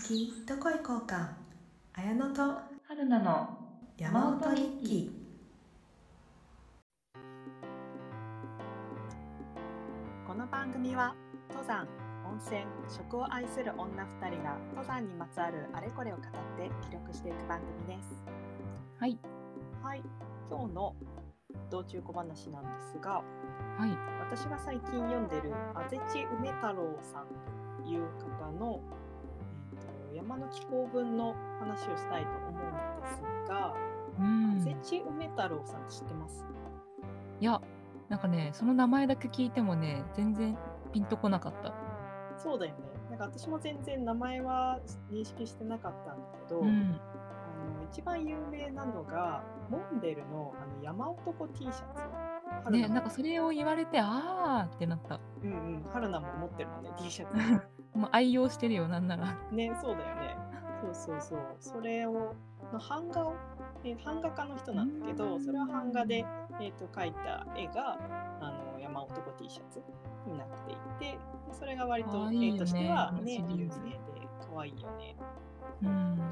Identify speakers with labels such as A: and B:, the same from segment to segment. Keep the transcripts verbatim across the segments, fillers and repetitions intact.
A: きどこ行こうか。綾乃と
B: 春菜の
A: 山本日記。
C: この番組は登山、温泉、食を愛する女ふたりが登山にまつわるあれこれを語って記録していく番組です。
B: はい、
C: はい、今日の道中小話なんですが、
B: はい、
C: 私が最近読んでるあぜち梅太郎さんという方の、えー、と山の紀行文の話をしたいと思うんですが、
B: うん
C: あぜち梅太郎さんって知ってます？
B: いや、なんかね、その名前だけ聞いてもね、全然ピンとこなかった。
C: そうだよね。なんか私も全然名前は認識してなかったんだけど、
B: うん、
C: あの一番有名なのがモンベルのあの山男 T シャツ。春
B: ね、
C: 菜も、
B: なんかそれを言われて、あーってなった。
C: うんうん、春菜も持ってるもんね T シャツ。
B: もう愛用してるよ、なんなら。
C: ね、そうだよね。そうそうそう。それをの版画を、えー版画家の人なんだけど、それは版画で、えー、と描いた絵があの山男 T シャツになっていて、でそれが割
B: 可
C: と
B: 愛いよ
C: 絵として
B: ね、この
C: はね有
B: シリーズ。
C: 名で可愛いよね。
B: うん、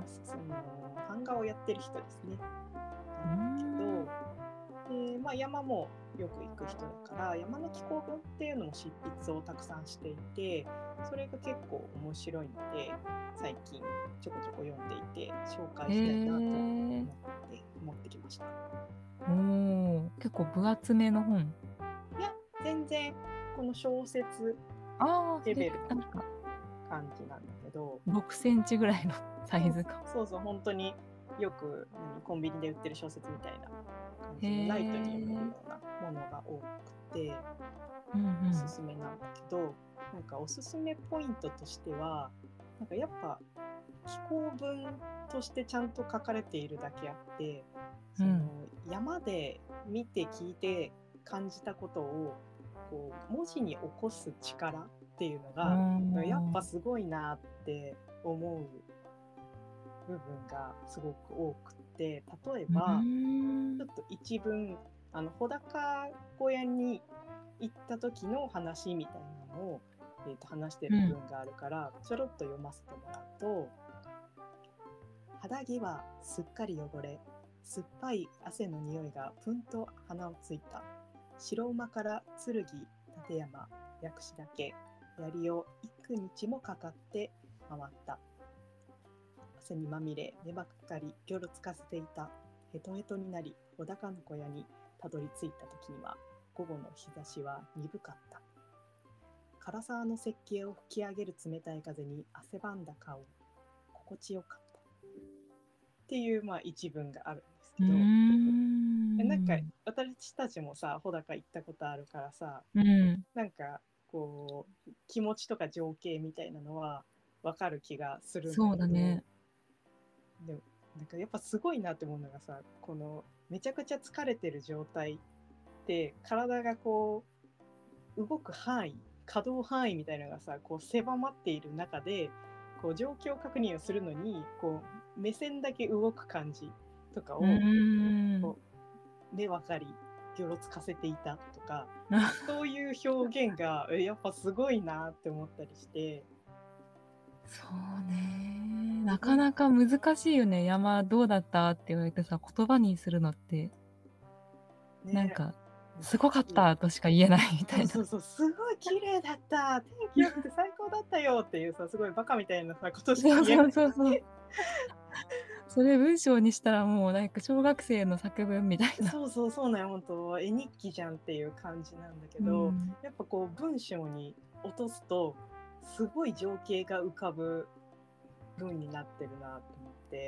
C: その版画をやってる人ですね。
B: う
C: なんだけ
B: ん、
C: ど、でまあ、山もよく行く人だから山の紀行文っていうのも執筆をたくさんしていて、それが結構面白いので最近ちょこちょこ読んでいて紹介
B: へ
C: したいなと思
B: ー、
C: って持ってきました。
B: おー、結構分厚めの本。
C: いや全然この小説
B: あー、それ
C: レベルの
B: なんか
C: 感じなんだけど、
B: ろくセンチぐらいのサイズか。
C: そうそう本当によく何コンビニで売ってる小説みたいな感じ
B: へ
C: でライトに読める
B: ー、
C: ようなものが多くて
B: うん
C: おすすめなんだけど、なんかおすすめポイントとしてはなんかやっぱ紀行文としてちゃんと書かれているだけあってその、
B: うん、
C: 山で見て聞いて感じたことをこう文字に起こす力っていうのが
B: うん、
C: やっぱすごいなって思う部分がすごく多くて、例え
B: う
C: ば
B: ん、
C: ちょっと一文あの穂高小屋に行った時の話みたいなのを、えー、と話してる
B: うん、
C: 文があるからちょろっと読ませてもらうと、肌着はすっかり汚れ酸っぱい汗の匂いがぷんと鼻をついた。白馬から剣立山薬師岳槍を幾日もかかって回った。汗にまみれ目ばっかりギョロつかせていた。ヘトヘトになり小高の小屋にたどり着いた時には午後の日差しは鈍かった。唐沢の雪渓を吹き上げる冷たい風に汗ばんだ顔、心地よかったっていう、まあ、一文があるんです
B: う
C: けど、なんか
B: ん、
C: 私たちもさ穂高行ったことあるからさ、
B: うん、
C: なんかこう気持ちとか情景みたいなのは分かる気がするんだ
B: そう
C: けど、
B: だね。
C: でもなんかやっぱすごいなって思うのがさ、このめちゃくちゃ疲れてる状態で体がこう動く範囲可動範囲みたいなのがさこう狭まっている中でこう状況確認をするのにこう目線だけ動く感じとか
B: う
C: を
B: ん。
C: こう目分かりギョロつかせていたとか、そういう表現がやっぱすごいなって思ったりして。
B: そうね。なかなか難しいよね。山どうだったって言われてさ、言葉にするのって、
C: ね、
B: なんか、すごかっ
C: 難しい。
B: たとしか言えないみたいな。
C: そうそうそう、すごい綺麗だった、天気良くて最高だったよっていうさ、すごいバカみたいなさことしか
B: そうそう
C: 言えない。
B: そうそう。それ文章にしたらもうなんか小学生の作文みたいな。
C: そうそうそうね、本当絵日記じゃんっていう感じなんだけ
B: う
C: ど、
B: ん。
C: やっぱこう文章に落とすとすごい情景が浮かぶ文になってるなと思って、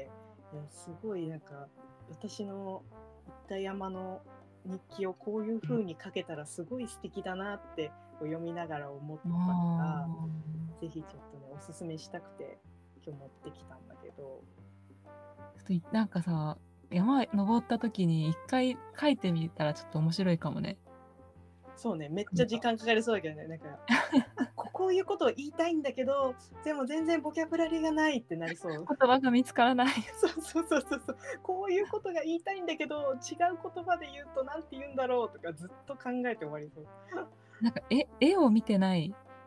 C: いやすごいなんか私の行った山の日記をこういう風に書けたらすごい素敵だなってこう読みながら思ったか
B: あ
C: ら、
B: あ。
C: ぜひちょっとねおすすめしたくて今日持ってきたんだけど。
B: ちょっとなんかさ、山登った時に一回書いてみたらちょっと面白いかもね。
C: そうね、めっちゃ時間かかりそうだけどね、なんかあこういうことを言いたいんだけどでも全然ボキャブラリーがないってなりそう。
B: 言葉が見つからない。
C: そうそうそうそうそう、こういうことが言いたいんだけど違う言葉で言うとなんて言うんだろうとかずっと考えて終わりそう。
B: なんか絵絵を見てない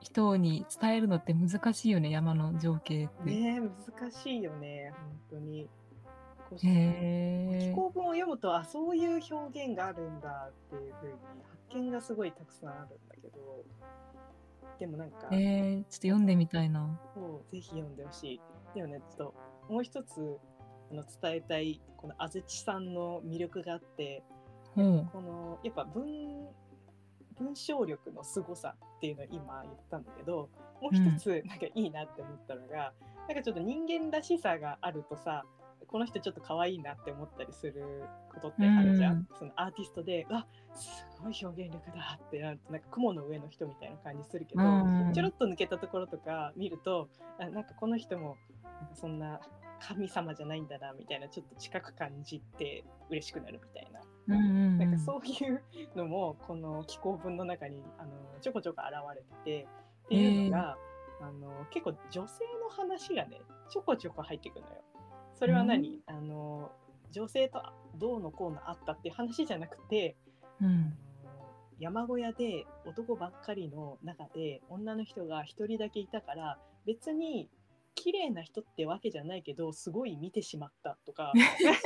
B: 人に伝えるのって難しいよね、山の情景って。
C: ねえ、難しいよね、本当に。こう気
B: へえ。
C: 候文を読むと、あ、そういう表現があるんだっていう風に発見がすごいたくさんあるんだけど、でもなんか、
B: えー、ちょっと読んでみたいな。
C: そうぜひ読んでほしい。でもね、ちょっともう一つあの伝えたいこのあぜちさんの魅力があって、
B: ほう。
C: このやっぱ文文章力の凄さっていうのを今言ったんだけど、もう一つなんかいいなって思ったのが、うん、なんかちょっと人間らしさがあるとさ、この人ちょっと可愛いなって思ったりすることってあるじゃん、うん、そのアーティストで、わ、すごい表現力だってなるとなんか雲の上の人みたいな感じするけど、うん、ちょろっと抜けたところとか見ると、あ、なんかこの人もなんかそんな神様じゃないんだなみたいな、ちょっと近く感じて嬉しくなるみたいな、
B: うんうんうん、
C: なんかそういうのもこの紀行文の中にあのちょこちょこ現れててっていうのが、えー、あの結構女性の話がねちょこちょこ入ってくるのよ。それは何、うん、あの女性とどうのこうのあったっていう話じゃなくて、
B: うん、
C: 山小屋で男ばっかりの中で女の人が一人だけいたから別に綺麗な人ってわけじゃないけどすごい見てしまったとか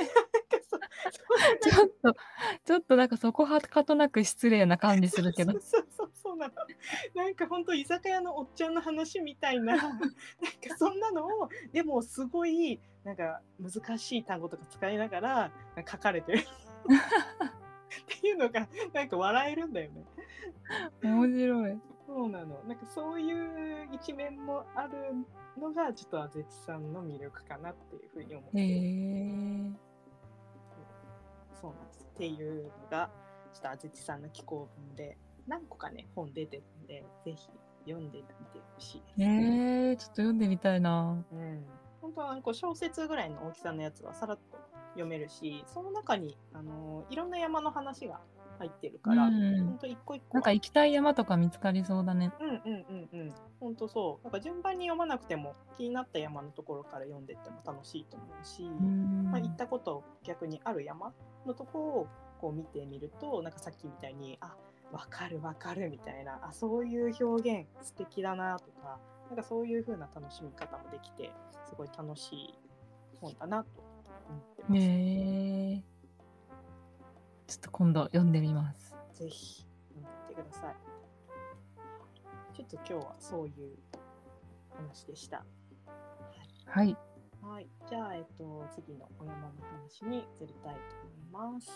B: ちょっとちょっとなんかそこはかとなく失礼な感じするけど
C: そうそうそうそうなの。なんか本当居酒屋のおっちゃんの話みたいななんかそんなのをでもすごいなんか難しい単語とか使いながら書かれてるっていうのがなんか笑えるんだよね。
B: 面白い。
C: そうなの。なんかそういう一面もあるのがちょっとあぜちさんの魅力かなっていうふうに思って。
B: へー。
C: そうなんです。っていうのがちょっとあぜちさんの紀行文で何個かね本出てるんでぜひ読んでみてほしいです。
B: えー、ちょっと読んでみたいな。
C: うん。本当はこう小説ぐらいの大きさのやつはさらっと読めるし、その中にあのいろんな山の話が入ってるから、うん、本当一個一個
B: なんか行きたい山とか見つかりそうだね。
C: うんうんうんうん。本当そう。なんか順番に読まなくても気になった山のところから読んでっても楽しいと思うし、うんまあ、行ったこと逆にある山のところをこう見てみると、なんかさっきみたいにあ分かる分かるみたいな、あそういう表現素敵だなとか、なんかそういう風な楽しみ方もできてすごい楽しい本だなと思ってます。
B: へー。ちょっと今度読んでみます。
C: ぜひ読んでみてください。ちょっと今日はそういう話でした。
B: はい。
C: はい。じゃあ、えっと、次のお山の話に移りたいと思います。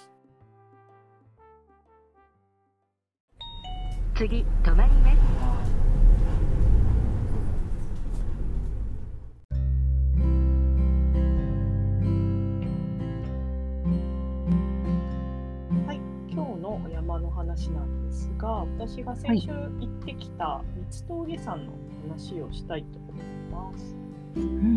D: 次、止まります。
C: 話なんですが、私が先週行ってきた三峠山の話をしたいと思います。
B: うん、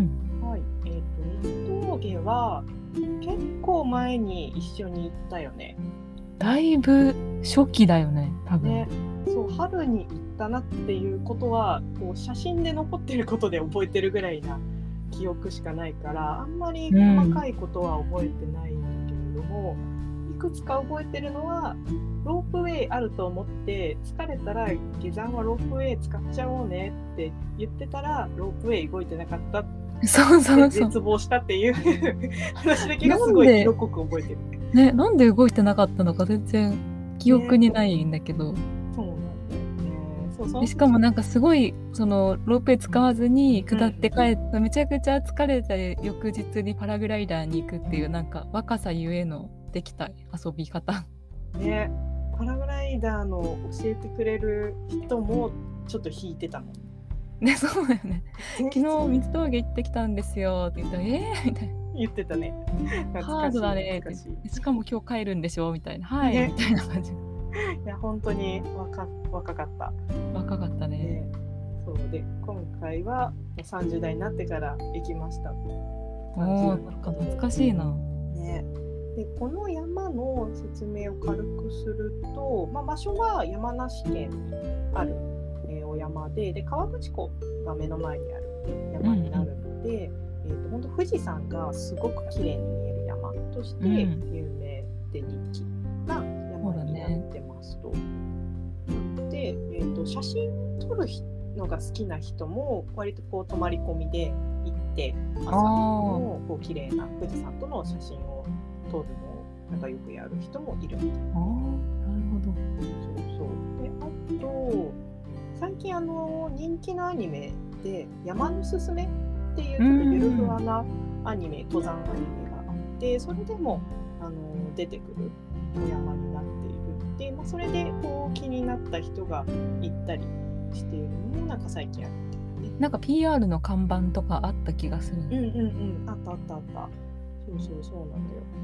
C: はい、えっと三峠は結構前に一緒に行ったよね。
B: だいぶ初期だよね、多分。
C: ね、そう春に行ったなっていうことはこう写真で残ってることで覚えてるぐらいな記憶しかないから、あんまり細かいことは覚えてないんだけれども。うんいくつか覚えてるのはロープウェイあると思って疲れたら下山はロープウェイ使っちゃおうねって言ってたらロープウェイ動いてなかったって
B: そうそうそう
C: 絶望したっていう話だけがすごい色濃く覚えてる
B: ね。なんで動いてなかったのか全然記憶にないんだけど、
C: ね、そうなんだよね。そうそう
B: でしかもなんかすごいそのロープウェイ使わずに下って帰って、うん、めちゃくちゃ疲れた翌日にパラグライダーに行くっていうなんか若さゆえのできた遊び方
C: ね。パラグライダーの教えてくれる人もちょっと引いてたもん
B: ね。そうだよね。昨日三峠行ってきたんですよって言ったらえーみたいな
C: 言ってたね。
B: ハードだねって。しかも今日帰るんでしょみたいなはい、ね、みたいな感じ。い
C: や本当に若、若かった
B: 若かったね。ね
C: そうで今回はさんじゅう代になってから行きました。
B: おーなんか懐かしいな。
C: ね。でこの山の説明を軽くすると、まあ、場所は山梨県にある、えー、お山 で, で川口湖が目の前にある山になるので、うんうんえー、と本当富士山がすごく綺麗に見える山として有名で人気な山になってますと。うんね、で、えー、と写真撮るのが好きな人も割とこう泊まり込みで行って朝のこう綺麗な富士山との写真を撮るのをなんかよくやる人もいるみたいな。
B: ああ、なるほど。
C: そうそう。で、あと最近あの人気のアニメで山のすすめっていうちょっとゆるふわなアニメ、登山アニメがあって、それでもあの出てくるお山になっている。で、まあ、それでこう気になった人が行ったりしているのもなんか最近あるみたいなね。
B: なんか ピーアール の看板とかあった気がする。
C: うんうんうん、あったあったあった。そうそうそうなんだよ。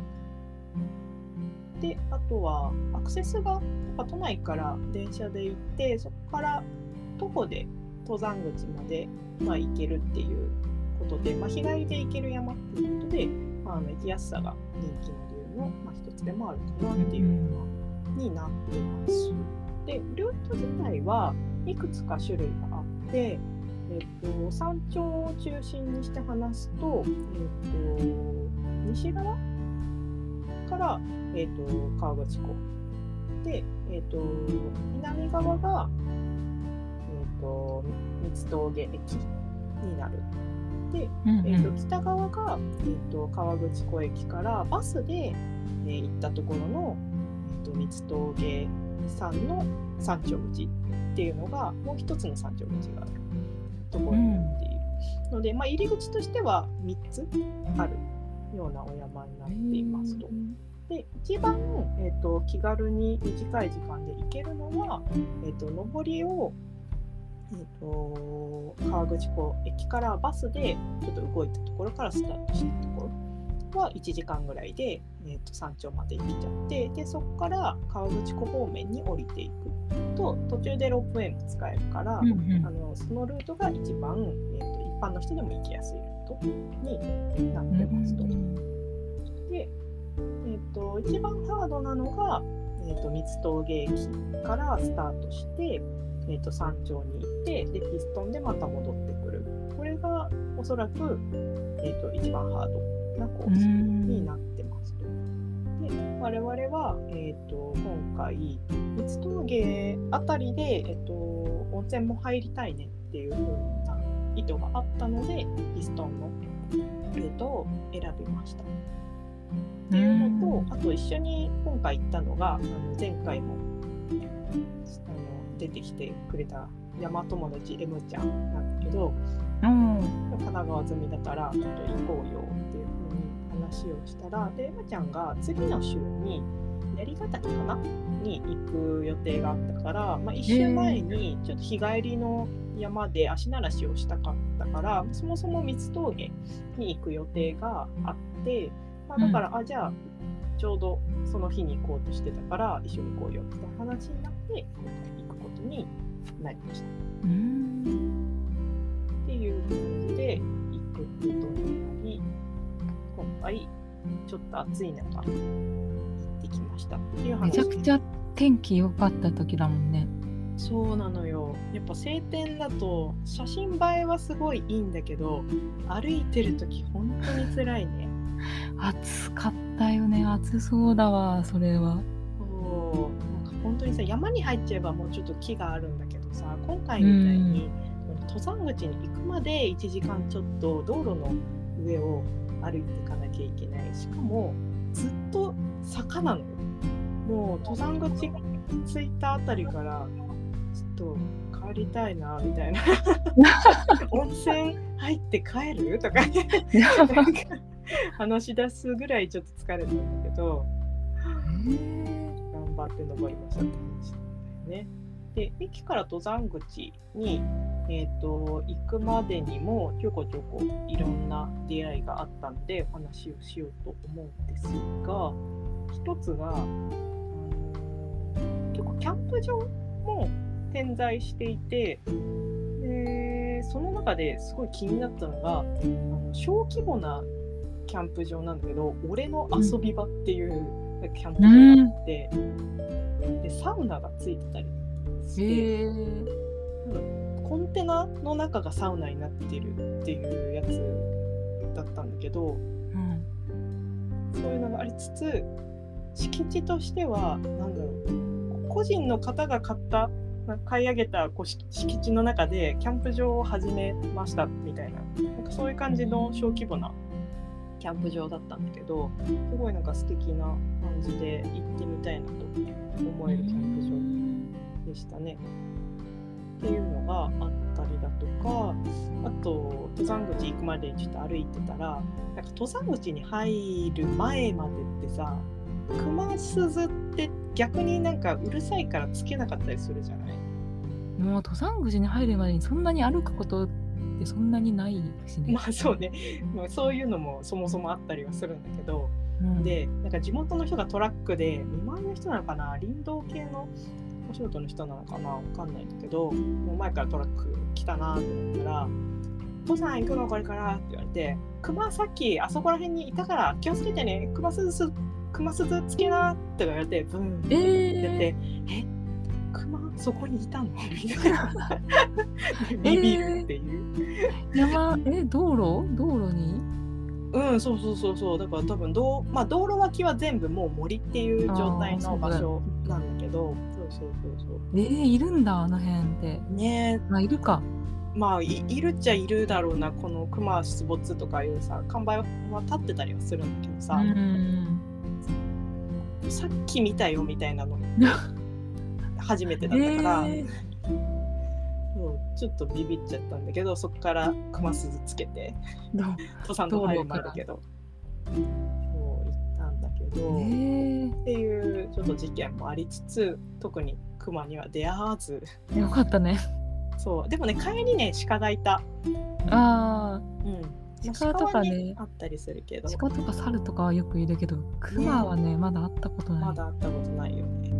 C: で、あとはアクセスがやっぱ都内から電車で行って、そこから徒歩で登山口まで、まあ、行けるっていうことで、まあ、日帰りで行ける山っていうことで、まあ、あの行きやすさが人気の理由の、まあ、一つでもあるかなっていう山になってます。で、ルート自体はいくつか種類があって、えっと、山頂を中心にして話すと、えっと、西側から、えっと、河口湖で、えっと、南側が、えっと、三峠駅になる。で、
B: うんうん、
C: えっと、北側が、えっと、河口湖駅からバスで、えー、行ったところの、えっと、三峠山の山頂口っていうのがもう一つの山頂口があるところになっている、うん、ので、まあ、入り口としてはみっつあるようなお山になっていますと。で、一番、えーと、気軽に短い時間で行けるのは、えーと、上りを、えーと、河口湖駅からバスでちょっと動いたところからスタートしたところはいちじかんぐらいで、えーと、山頂まで行っちゃって、でそこから河口湖方面に降りていくと途中でロープウェイも使えるから、うんうん、あのそのルートが一番、えーと、一般の人でも行きやすいルートになってますと。うん、でえー、と一番ハードなのが、えー、と三峠駅からスタートして、えー、と山頂に行ってでピストンでまた戻ってくる。これがおそらく、えー、と一番ハードなコースになってますと。で我々は、えー、と今回三峠あたりで、えー、と温泉も入りたいねっていう風な意図があったのでピストンのルートを選びました。っていうのと、あと一緒に今回行ったのがあの前回もあの出てきてくれた山友達 M ちゃんなんだけど、うん、神奈川済みだからちょっと行こうよっていう風に話をしたら、で M ちゃんが次の週に槍ヶ岳かなに行く予定があったから、まあ、いっ週前にちょっと日帰りの山で足慣らしをしたかったから、そもそも三峠に行く予定があって、まあ、だから、うん、あじゃあちょうどその日に行こうとしてたから一緒に行こうよって話になって今回行くことになりました。うーんっていう感じで行くことになり、今回ちょっと暑い中行ってきましたっていう話。
B: めちゃくちゃ天気良かった時だもんね。
C: そうなのよ。やっぱ晴天だと写真映えはすごいいいんだけど、歩いてる時本当に辛いね。
B: 暑かったよね。暑そうだわそれは。
C: そうなんか本当にさ、山に入っちゃえばもうちょっと木があるんだけどさ、今回みたいに登山口に行くまでいちじかんちょっと道路の上を歩いていかなきゃいけない。しかもずっと坂なのよ。もう登山口着いたあたりからちょっと帰りたいなみたいな温泉入って帰るとか話し出すぐらいちょっと疲れたんだけど、頑張って登りましたって話なんだよね。で、駅から登山口に、えーと、行くまでにもちょこちょこいろんな出会いがあったのでお話をしようと思うんですが、一つが、あのー、結構キャンプ場も点在していて、でその中ですごい気になったのが、あの小規模なキャンプ場なんだけど、俺の遊び場っていうキャンプ場があって、うん、でサウナがついてたりして、コンテナの中がサウナになってるっていうやつだったんだけど、うん、そういうのがありつつ、敷地としてはなんだろう、個人の方が買った買い上げたこう敷敷地の中でキャンプ場を始めましたみたいな、なんかそういう感じの小規模なキャンプ場だったんだけど、すごいなんか素敵な感じで行ってみたいなと思えるキャンプ場でしたね。っていうのがあったりだとか、あと登山口行くまでにちょっと歩いてたら、なんか登山口に入る前までってさ、熊鈴って逆になんかうるさいからつけなかったりするじゃない？
B: もう登山口に入るまでにそんなに歩くことってそんなにないしね。
C: まあそうね、まあそういうのもそもそもあったりはするんだけど、
B: うん、
C: でなんか地元の人がトラックで、見舞いの人なのかな、林道系のお仕事の人なのかな、わかんないんだけど、もう前からトラック来たなと思ったら、登山行くのこれからって言われて、熊さっきあそこら辺にいたから気をつけてね、熊鈴熊鈴つけなって言われて、ブーンってやって、えー、え熊そこにいたのみたいなビビるっていう、
B: えー、山え道路道路に
C: うん、そうそうそうそう、だから多分道、まあ、道路脇は全部もう森っていう状態の場所なんだけど、そうそうそうそう。
B: えー、いるんだあの辺って
C: ね。
B: まあいるか。
C: まあ い, いるっちゃいるだろうな、この熊出没とかいうさ看板は立ってたりはするんだけどさ、
B: うん、
C: さっき見たよみたいなの初めてだったから、えー、そうちょっとビビっちゃったんだけど、そこから熊鈴つけて登山道入る前だけどそう行ったんだけど、えー、っていうちょっと事件もありつつ、特に熊には出会わず。
B: よかったね。そう
C: でもね、帰りね鹿がいた。
B: ああ、うん、鹿とかね、
C: ねあったりするけど、
B: 鹿とか猿とかはよくいるけど、熊はね、ねまだ会ったことない。
C: まだ会ったことないよね。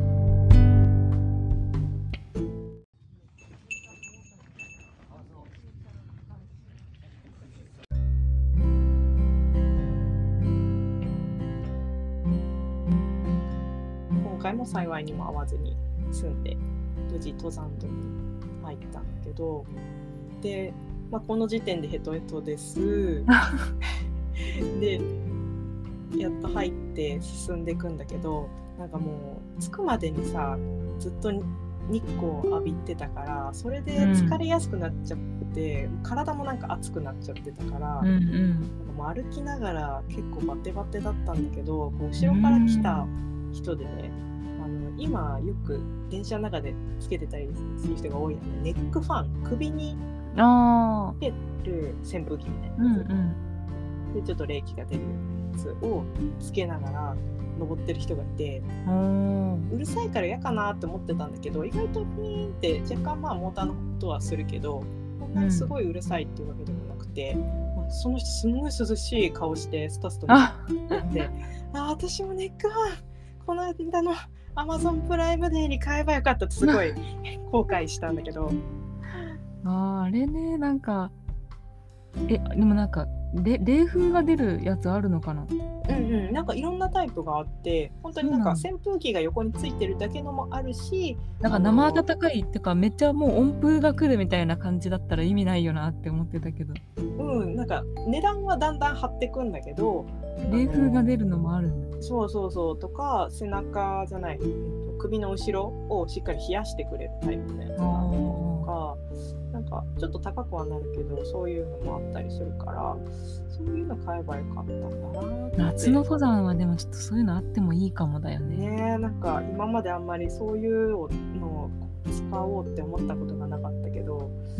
C: 今回も幸いにも会わずに済んで、無事登山道に入ったんだけど、で、まあ、この時点でヘトヘトですでやっと入って進んでいくんだけど、なんかもう着くまでにさずっと日光浴びてたから、それで疲れやすくなっちゃって、うん、体もなんか熱くなっちゃってたから、うんうん、なんかもう歩きながら結構バテバテだったんだけど、こう後ろから来た人でね、あの今よく電車の中でつけてたりする人が多いのネックファン、首につける扇風機みたいなやつ、うんうん、でちょっと冷気が出るようなやつをつけながら登ってる人がいて、うるさいから嫌かなって思ってたんだけど、意外とピーンって若干まあモーターの音はするけど、こんなにすごいうるさいっていうわけでもなくて、うんまあ、その人すんごい涼しい顔してスタスタやってああ私もネックファンこの間のアマゾンプライムデーに買えばよかったってすごい後悔したんだけど
B: あ, あれね、なんかえでもなんか冷風が出るやつあるのかな。
C: うんうん、なんかいろんなタイプがあって、本当になんか扇風機が横についてるだけのもあるし、
B: なんか生暖かいってかめっちゃもう温風が来るみたいな感じだったら意味ないよなって思ってたけど、
C: うんなんか値段はだんだん張ってくんだけど、
B: 冷風が出るのもあるんだ。
C: そうそうそうとか、背中じゃない首の後ろをしっかり冷やしてくれるタイプのやつがあったりとか、なんかちょっと高くはなるけどそういうのもあったりするから、そういうの買えばよかったんだなって。
B: 夏の登山はでもちょっとそういうのあってもいいかもだよね。
C: ねえ、なんか今まであんまりそういうのを使おうって思ったことがなかったけど、うん、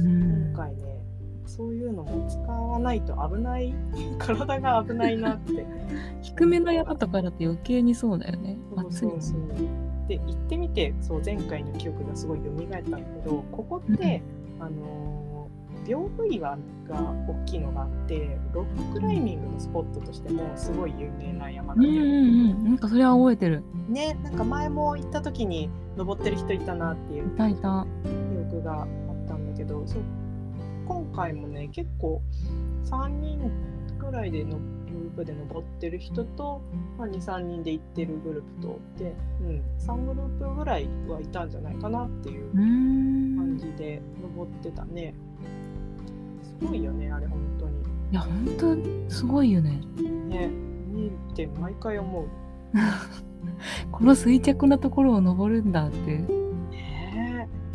C: 今回ねそういうのも使わないと危ない体が危ないなって
B: 低めの山とかだと余計にそうだよね。
C: そうそうそう。で行ってみて、そう前回の記憶がすごい蘇ったんだけど、ここって、うん、あの屏風岩が大きいのがあってロッククライミングのスポットとしてもすごい有名な山なんだよ、
B: うんうんうん、なんかそれは覚えてる
C: ね。なんか前も行った時に登ってる人いたなっていう
B: いたいた
C: 記憶があったんだけど、そう今回もね結構さんにんぐらいでのグループで登ってる人と、まあ、にさんにんで行ってるグループとで、うん、さんグループぐらいはいたんじゃないかなっていう感じで登ってたね。すごいよねあれ本当に。
B: いや本当すごいよね。
C: ね見て毎回思う。
B: この垂直なところを登るんだって。
C: ね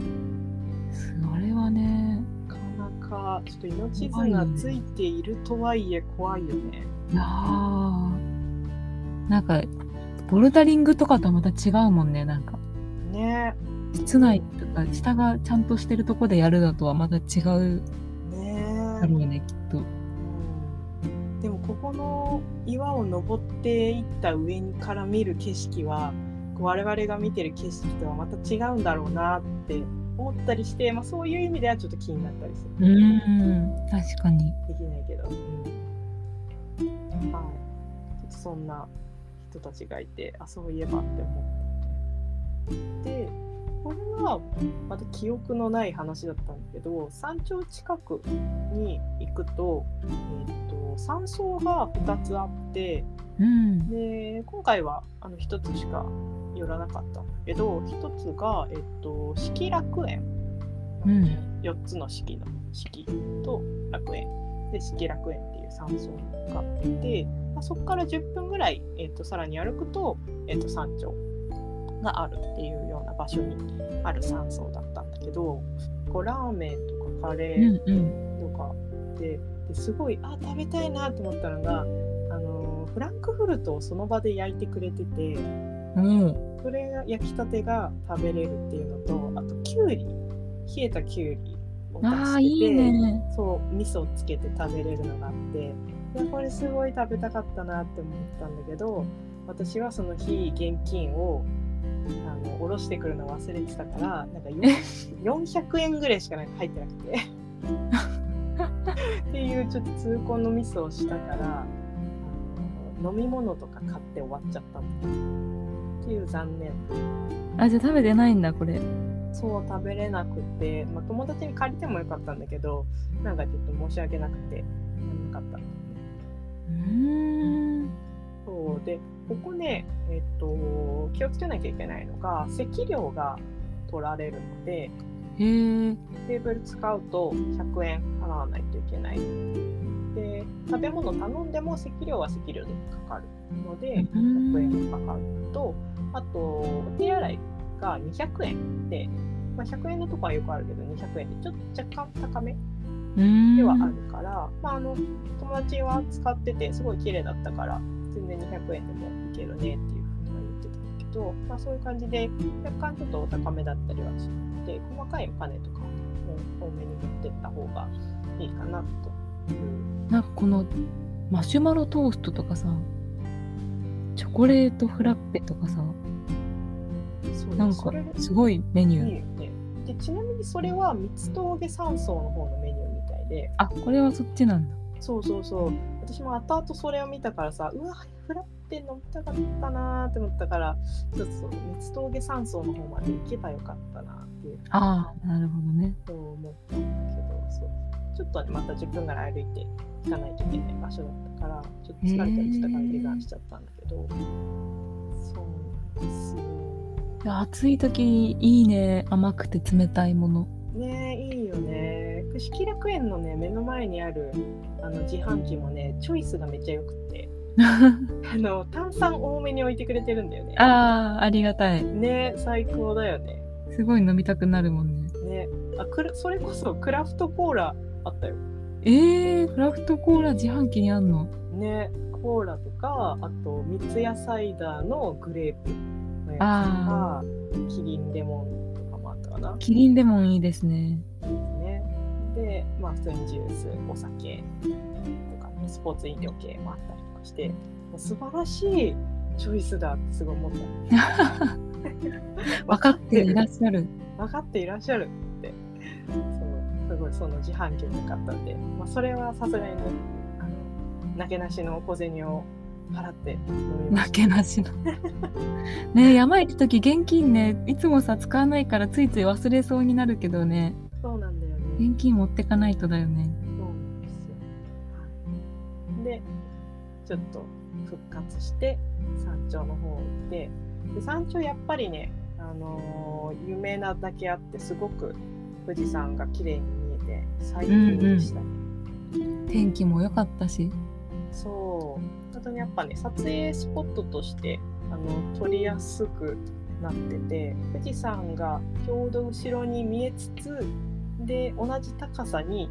C: はちょっと命綱ついているとはいえ怖いよね。
B: いやーなんかボルダリングとかとはまた違うもんね。なんか
C: ね
B: 室内とか下がちゃんとしてるとこでやるのとはまた違う
C: ね
B: だろうねきっと。
C: うんでもここの岩を登っていった上から見る景色は我々が見てる景色とはまた違うんだろうなって思ったりして、まあ、そういう意味ではちょっと気になったりする。
B: うん確かに。
C: できないけど、うん、はい、ちょっとそんな人たちがいて、あ、そういえばって思って。で、これはまた記憶のない話だったんだけど、山頂近くに行くと、えー、と山荘がふたつあって、
B: うん
C: で今回はあのひとつしか寄らなかったんだけど、ひとつが、えっと、四季楽園、
B: うん、
C: よっつの四季の四季と楽園で四季楽園っていう山荘があって、まあ、そこからじゅっぷんぐらい、えっと、さらに歩くと、えっと、山頂があるっていうような場所にある山荘だったんだけど、こうラーメンとかカレーとかで、うんうん、ですごいあ食べたいなと思ったのが、あのフランクフルトをその場で焼いてくれてて、
B: うん、
C: それが焼きたてが食べれるっていうのと、あときゅうり、冷えたきゅうりを出してて、
B: あいいね、
C: そう味噌をつけて食べれるのがあって、いやこれすごい食べたかったなって思ったんだけど、私はその日現金をあの下ろしてくるの忘れてたから、なんかよんひゃくえんぐらいしかなんか入ってなくてっていうちょっと痛恨のミスをしたから、あの飲み物とか買って終わっちゃったっていう残念。
B: あ、じゃあ食べてないんだこれ。
C: そう食べれなくて、まあ、友達に借りてもよかったんだけど、なんかちょっと申し訳なくてなかった。
B: うーん
C: そうで、ここね、えっと気をつけなきゃいけないのが席料が取られるので、
B: へー
C: テーブル使うとひゃくえん払わないといけない。で、食べ物頼んでも席料は席料でかかるのでひゃくえんかかると、あとお手洗いがにひゃくえんで、まあ、ひゃくえんのとこはよくあるけどにひゃくえんでちょっと若干高めではあるから、まあ、あの友達は使っててすごい綺麗だったから全然にひゃくえんでもいけるねっていうふうには言ってたんだけど、まあ、そういう感じで若干ちょっとお高めだったりはするので、細かいお金とかを多めに持ってった方がいいかなという。
B: なんかこのマシュマロトーストとかさ、チョコレートフラッペとかさ、
C: そう
B: なんかすごいメニュー。
C: いいよね。で、ちなみにそれは三つ峠山荘の方のメニューみたいで、
B: あ、これはそっちなんだ。
C: そうそうそう。私も後々それを見たからさ、うわ、フラッペ飲みたかったなーって思ったから、ちょっと三つ峠山荘の方まで行けばよかったなっていう。
B: ああ、なるほどね。
C: そう思ったんだけど、そうちょっとね、またじゅっぷんぐらい歩いて行かないといけない場所だったから、ちょっと疲れたりしたから下山しちゃったんだけど、そうなんですよ。
B: いや暑い時にいいね、甘くて冷たいもの。
C: ねえ、いいよね。四季楽園のね、目の前にあるあの自販機もね、チョイスがめっちゃよくってあの炭酸多めに置いてくれてるんだよね。
B: ああ、ありがたい。
C: ね、最高だよね。
B: すごい飲みたくなるもんね。
C: ね、あ、くるそれこそクラフトコーラあったよ。
B: えー、クラフトコーラ自販機にあんの？
C: ね、コーラとか、あと三ツ矢サイダーのグレープのやつとか、キリンレモンとかもあったかな。
B: キリンレモンいいですね。
C: ですね。で、まあ普通にジュース、お酒とか、ね、スポーツ飲料系もあったりとかして、素晴らしいチョイスだってすごい思った。
B: 分かっていらっしゃる。
C: 分かっていらっしゃるって。そう、すごいその自販機も良かったんで、まあ、それはさすがにね、あのなけなしの小銭を払って飲みました。
B: なけなしのねえ、山行く時現金ね、いつもさ使わないからついつい忘れそうになるけどね、
C: そうなんだよね。
B: 現金持ってかないとだよね。
C: そうなんですよ。はい、で、ちょっと復活して山頂の方行って、で山頂やっぱりね、あのー、有名なだけあってすごく富士山が綺麗に見えて最高でしたね。
B: うんうん、天気も良かったし。
C: そう。あとね、やっぱね、撮影スポットとしてあの撮りやすくなってて、富士山がちょうど後ろに見えつつで同じ高さに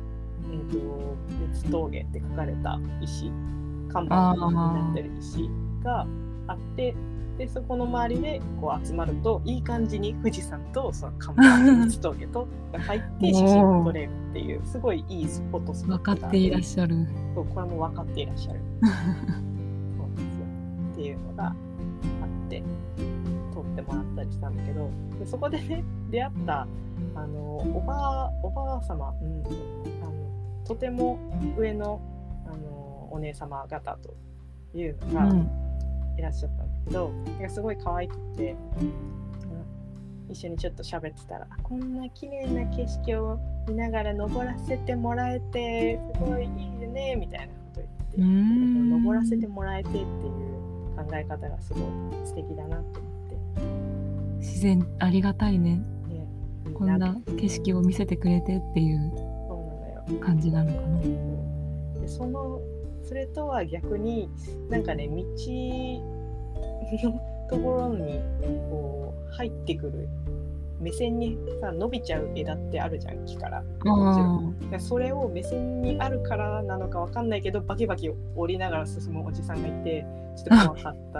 C: えー、と三つ峠って書かれた石、看板になってる石があって、でそこの周りでこう集まるといい感じに富士山とその看板と三つ峠とが入って写真が撮れるっていうすごいいいフォトスポットが
B: 分かっていらっしゃる。
C: そう、これも分かっていらっしゃるそうなんですよっていうのがあって撮ってもらったりしたんだけど、でそこでね出会ったあのおばおばあ様、うん、あのとても上の、あのお姉様方というのがいらっしゃったんだけど、うん、すごい可愛くて、うん、一緒にちょっと喋ってたら、こんな綺麗な景色を見ながら登らせてもらえてすごいいいよねみたいなこと言って、うん登らせてもらえてっていう考え方がすごい素敵だなと思って、
B: 自然ありがたいね。こん
C: な
B: な景色を見せてくれてっていう感じなのかな。
C: でそのそれとは逆になんかね道のところにこう入ってくる目線にさ伸びちゃう枝ってあるじゃん、木から。もちろんそれを目線にあるからなのかわかんないけどバキバキ降りながら進むおじさんがいてちょっと怖かった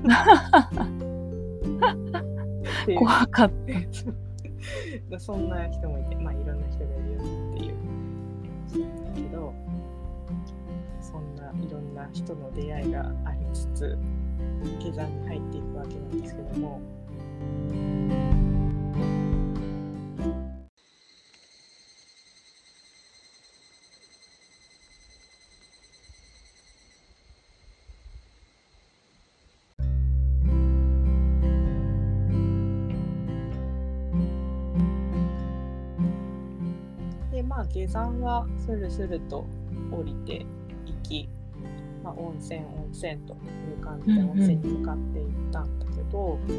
B: 怖かった
C: そんな人もいて、まあいろんな人がいるよっていう感じなんだけど、そんないろんな人の出会いがありつつ下山に入っていくわけなんですけども、まあ下山はスルスルと降りていき、まあ、温泉温泉という感じで温泉に向かっていったんだけど、うんうん、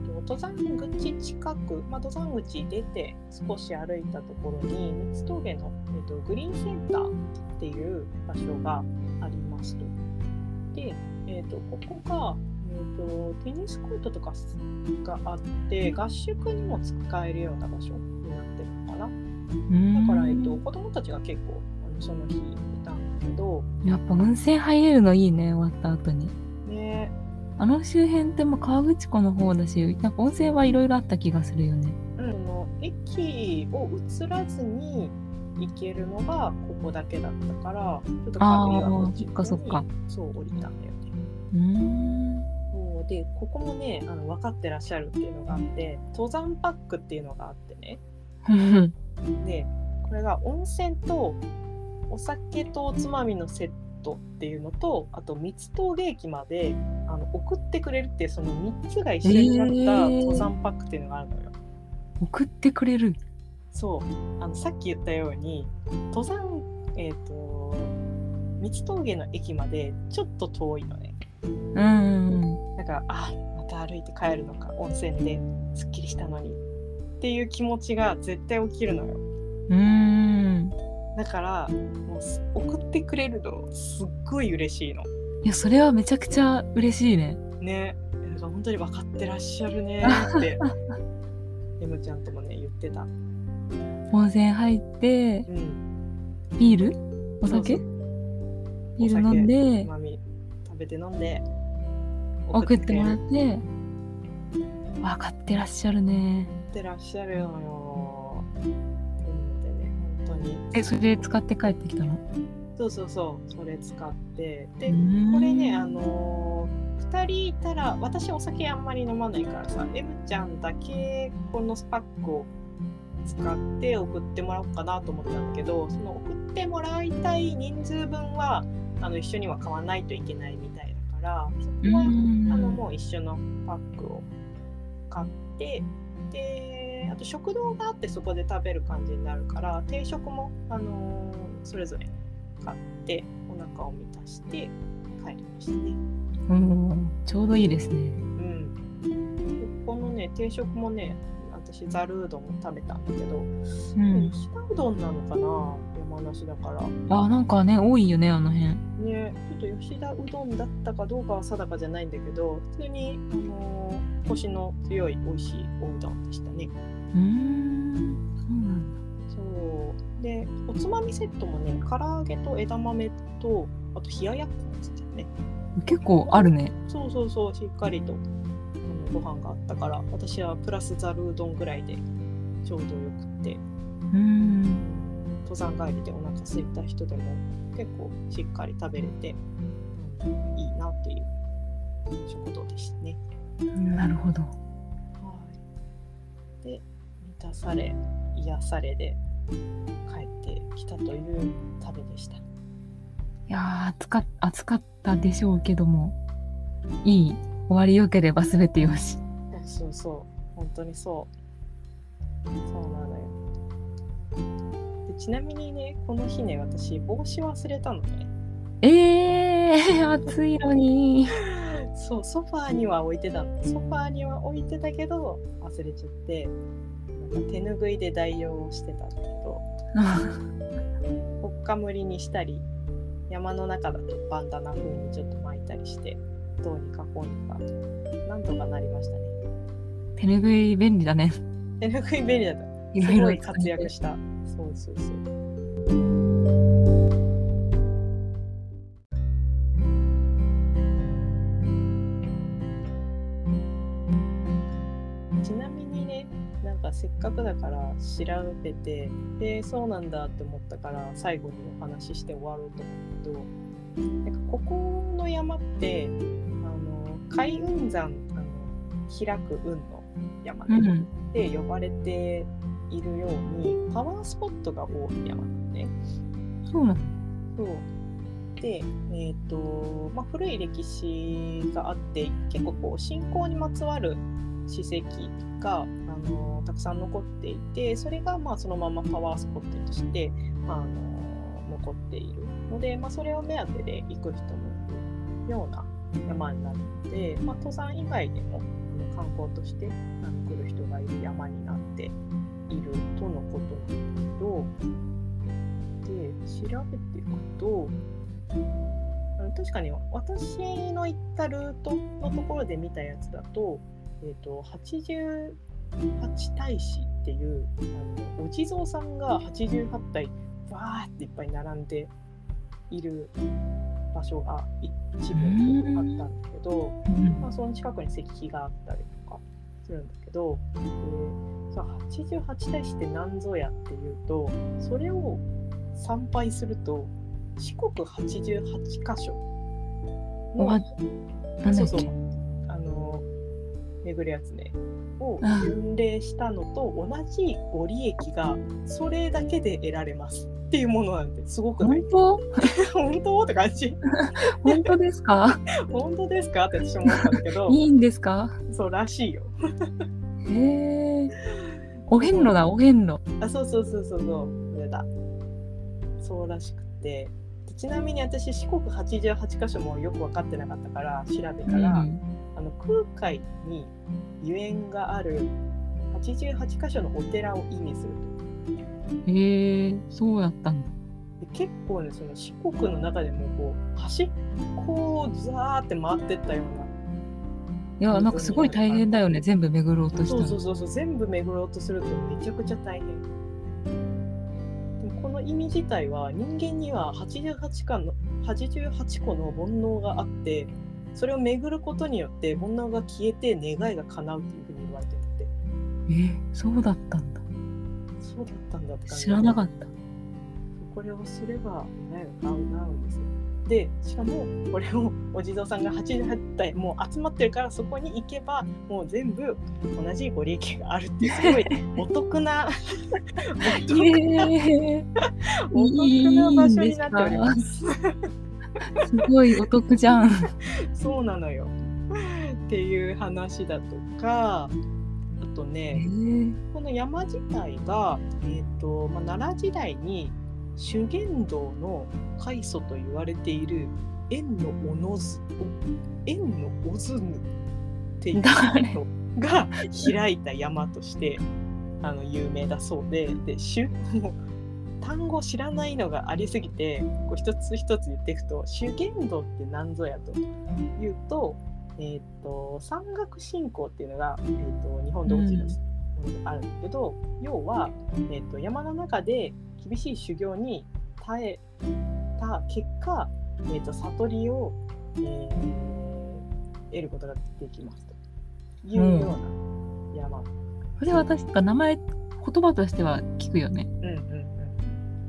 C: えっと、登山口近く、まあ、登山口出て少し歩いたところに三つ峠の、えっと、グリーンセンターっていう場所がありますと。で、えっと、ここが、えっと、テニスコートとかがあって合宿にも使えるような場所になってるのかな。だから、えっと、子供たちが結構あのその日いたんだけど、
B: やっぱ温泉入れるのいいね、終わった後に。
C: ね、
B: あの周辺っても河口湖の方だし、なんか温泉はいろいろあった気がするよね。
C: うん、の駅を移らずに行けるのがここだけだったから、ちょっと軽いはこっちにそう降りたんだよね。
B: うーん。
C: そうで、ここもね、あの分かってらっしゃるっていうのがあって、登山パックっていうのがあってね。でこれが温泉とお酒とおつまみのセットっていうのと、あと三つ峠駅まであの送ってくれるっていう、そのみっつが一緒になった登山パックっていうのがあるのよ。
B: えー、送ってくれる。
C: そうあのさっき言ったように登山、えーと三つ峠の駅までちょっと遠いのね。
B: うん。
C: だからあまた歩いて帰るのか、温泉ですっきりしたのにっていう気持ちが絶対起きるのよ。
B: うーん。
C: だからもう送ってくれるのすっごい嬉しいの。
B: いや、それはめちゃくちゃ嬉しいね。
C: ね、本当に分かってらっしゃるねってエムちゃんともね言ってた。
B: 温泉入って、
C: うん、
B: ビールお酒
C: そうそう
B: ビール飲んで
C: つまみ食べて飲んで
B: 送ってもらって、分かってらっしゃるね。
C: ってらっしゃるのよ。というのでね、本当に。
B: え、それで使って帰ってきたの？
C: そうそうそう、それ使って。で、これね、あのー、ふたりいたら、私お酒あんまり飲まないからさ、エムちゃんだけこのスパックを使って送ってもらおうかなと思ったんだけど、その送ってもらいたい人数分はあの一緒には買わないといけないみたいだから、そこはあのもう一緒のパックを買って、であと食堂があってそこで食べる感じになるから、定食も、あのー、それぞれ買ってお腹を満たして帰りましたね。
B: うん、ちょうどいいですね。うん
C: ん、このね定食もね、私ざるうどんを食べたんだけど、うん、吉田うどんなのかな、山梨だから。
B: あ、なんかね多いよねあの辺
C: ね。ちょっと吉田うどんだったかどうかは定かじゃないんだけど、普通に、あのー、コシの強い美味しいおうどんでしたね。
B: うーん、そうなんだ。
C: そうでおつまみセットもね、唐揚げと枝豆とあと冷ややっこもつってね。
B: 結構あるね。
C: そうそうそう、しっかりとあのご飯があったから、私はプラスざるうどんぐらいでちょうどよくって、
B: うーん。
C: 登山帰りでお腹空いた人でも結構しっかり食べれて、うん、いいなっていう食堂でしたね。
B: なるほど。
C: はい。で、満たされ癒されで帰ってきたという旅でした。
B: いやー暑か、暑かったでしょうけども、いい終わりよければ全てよし。
C: そうそうそう、本当にそう。そうなのよ。でちなみにね、この日ね、私帽子忘れたのね。
B: えー、暑いのに。
C: そう、ソファーには置いてたの。ソファーには置いてたけど忘れちゃって、なんか手ぬぐいで代用をしてたんだけど、ほっかむりにしたり、山の中だとバンダナ風にちょっと巻いたりして、どうにかこうにかなんとかなりましたね。
B: 手ぬぐい便利だね。
C: 手ぬぐい便利だった。
B: いろいろ
C: すごい活躍した。そうそうそう。ちなみにね、なんかせっかくだから調べて、でそうなんだって思ったから最後にお話しして終わろうと思うけど、なんかここの山ってあの開雲山、あの開く雲の山で、うん、で呼ばれているようにパワースポットが多い山なのね。
B: そうなの。
C: そうで、えーとまあ、古い歴史があって結構こう信仰にまつわる史跡が、あのたくさん残っていて、それがまあそのままパワースポットとして、あの残っているので、まあ、それを目当てで行く人もいるような山になるので、まあ、登山以外でも観光としてあの来る人がいる山になっているとのことなんだけど、で調べていくと確かに私の行ったルートのところで見たやつだと、えー、とはちじゅうはちたいしっていうあのお地蔵さんがはちじゅうはちたいバーっていっぱい並んでいる場所が一部あったんだけど、まあ、その近くに石碑があったりとかするんだけど、えー、さはちじゅうはちたいしって何ぞやっていうと、それを参拝すると四国はちじゅうはちかしょのそうそうあの巡るやつねを巡礼したのと同じご利益がそれだけで得られますっていうものなんてすごくない？
B: 本当？
C: 本当って感じ。
B: 本当ですか？
C: 本当ですかって私思ったんだけど。
B: いいんですか？
C: そうらしいよ。
B: へえ。お遍路だお遍路。
C: あ、そうそうそうそうそうそれだ。そうらしくて。ちなみに私四国はちじゅうはちかしょもよく分かってなかったから調べたら、うん、あの空海にゆえんがあるはちじゅうはちかしょのお寺を意味する
B: と。へえ、そうだったんだ。
C: で結構ね、その四国の中でもこう端っこをザーって回ってったような。
B: いや、なんかすごい大変だよね、全部巡ろうとしたら。
C: そうそうそう、全部巡ろうとするとめちゃくちゃ大変。この意味自体は人間にははちじゅうはちかのはちじゅうはちこの煩悩があって、それを巡ることによって煩悩が消えて願いが叶うっていうふうに言われてるって。
B: え、そうだったんだ。
C: そうだったんだって感じ。
B: 知らなかった。
C: これをすれば願いが叶うんですよ。で、しかもこれをお地蔵さんがはちじゅうはちたいもう集まってるから、そこに行けばもう全部同じご利益があるっていうすごいお得なお得な、えー、お得な場所になっております。
B: すごいお得じゃん。
C: そうなのよっていう話だとか、あとね、えー、この山自体が、えーとまあ、奈良時代に修験道の開祖と言われている円のおのず円のおずぬっていう人が開いた山としてあの有名だそうで、でしゅもう単語知らないのがありすぎてこう一つ一つ言っていくと、修験道って何ぞやというと、えー、と山岳信仰っていうのが、えー、と日本独自の、うんあるんだけど、要は、えー、と山の中で厳しい修行に耐えた結果、えー、と悟りを、えー、得ることができますというような山、うん、
B: これは確か名前言葉としては聞くよね。
C: うんうんうん、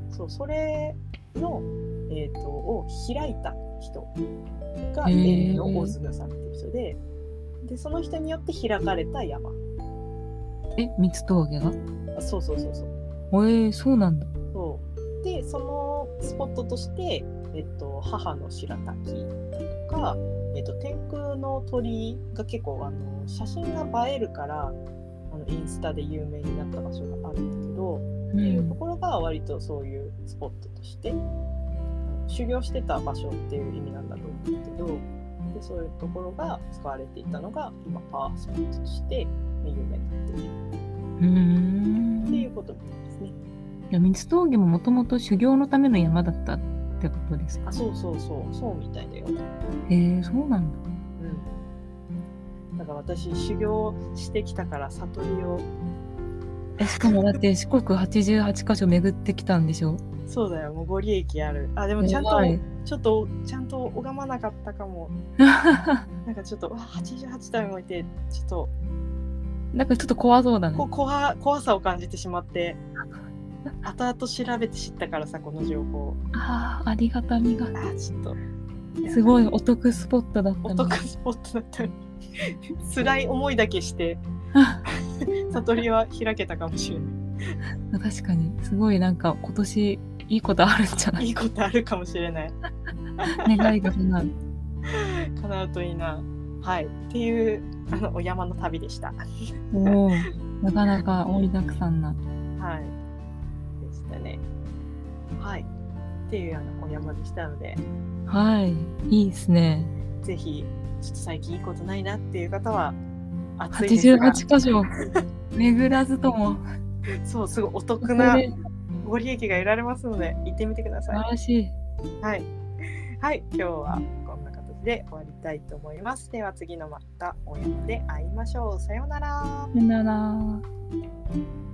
C: そうそれの、えー、とを開いた人がエリのオズヌさんっていう人で、でその人によって開かれた山。
B: え、三つ峠が？
C: あ、そうそうそうそう。
B: えー、そうなんだ。
C: そうでそのスポットとして、えっと、母の白滝だとか、えっと、天空の鳥が結構あの写真が映えるからあのインスタで有名になった場所があるんだけど、
B: うん、
C: っていうところが割とそういうスポットとして修行してた場所っていう意味なんだと思うんだけど、でそういうところが使われていたのが今パワースポットとして有名になっている
B: うーん
C: っていうことなんですね。
B: いや、三つ峠ももともと修行のための山だったってことですか？
C: あ、そうそうそうそうみたいだよ。
B: へえー、そうなんだ。
C: うん。だから私修行してきたから悟りを
B: え、しかもだって四国はちじゅうはちかしょ巡ってきたんでしょ？
C: そうだよ、もうご利益ある。あ、でもちゃんとちょっとちゃんと拝まなかったかも。なんかちょっとわはちじゅうはち体もいてちょっと
B: なんかちょっと怖そうだね。
C: こ怖怖さを感じてしまって。後々調べて知ったからさ、この情報。
B: ああ、ありがたみが。
C: あ、ちょっと
B: すごいお得スポットだった
C: お得スポットだったのに辛い思いだけして悟りは開けたかもしれない。
B: 確かにすごいなんか今年いいことあるんじゃない？
C: いいことあるかもしれない。
B: 願いが叶う。
C: 叶うといいな。はい。っていうあのお山の旅でした。
B: おお、なかなか盛りだくさんな。
C: はい。でしたね。はい。っていうあのお山でしたので。
B: はい。いいですね。
C: ぜひちょっと最近いいことないなっていう方は暑い
B: はちじゅう
C: ですが
B: はちかしょ巡らずとも
C: そうすごいお得なご利益が得られますので行ってみてください。
B: 素晴らしい。
C: はい、はい、今日はこんな形で終わりたいと思います。では次のまたお山で会いましょう。さようなら。
B: さよなら。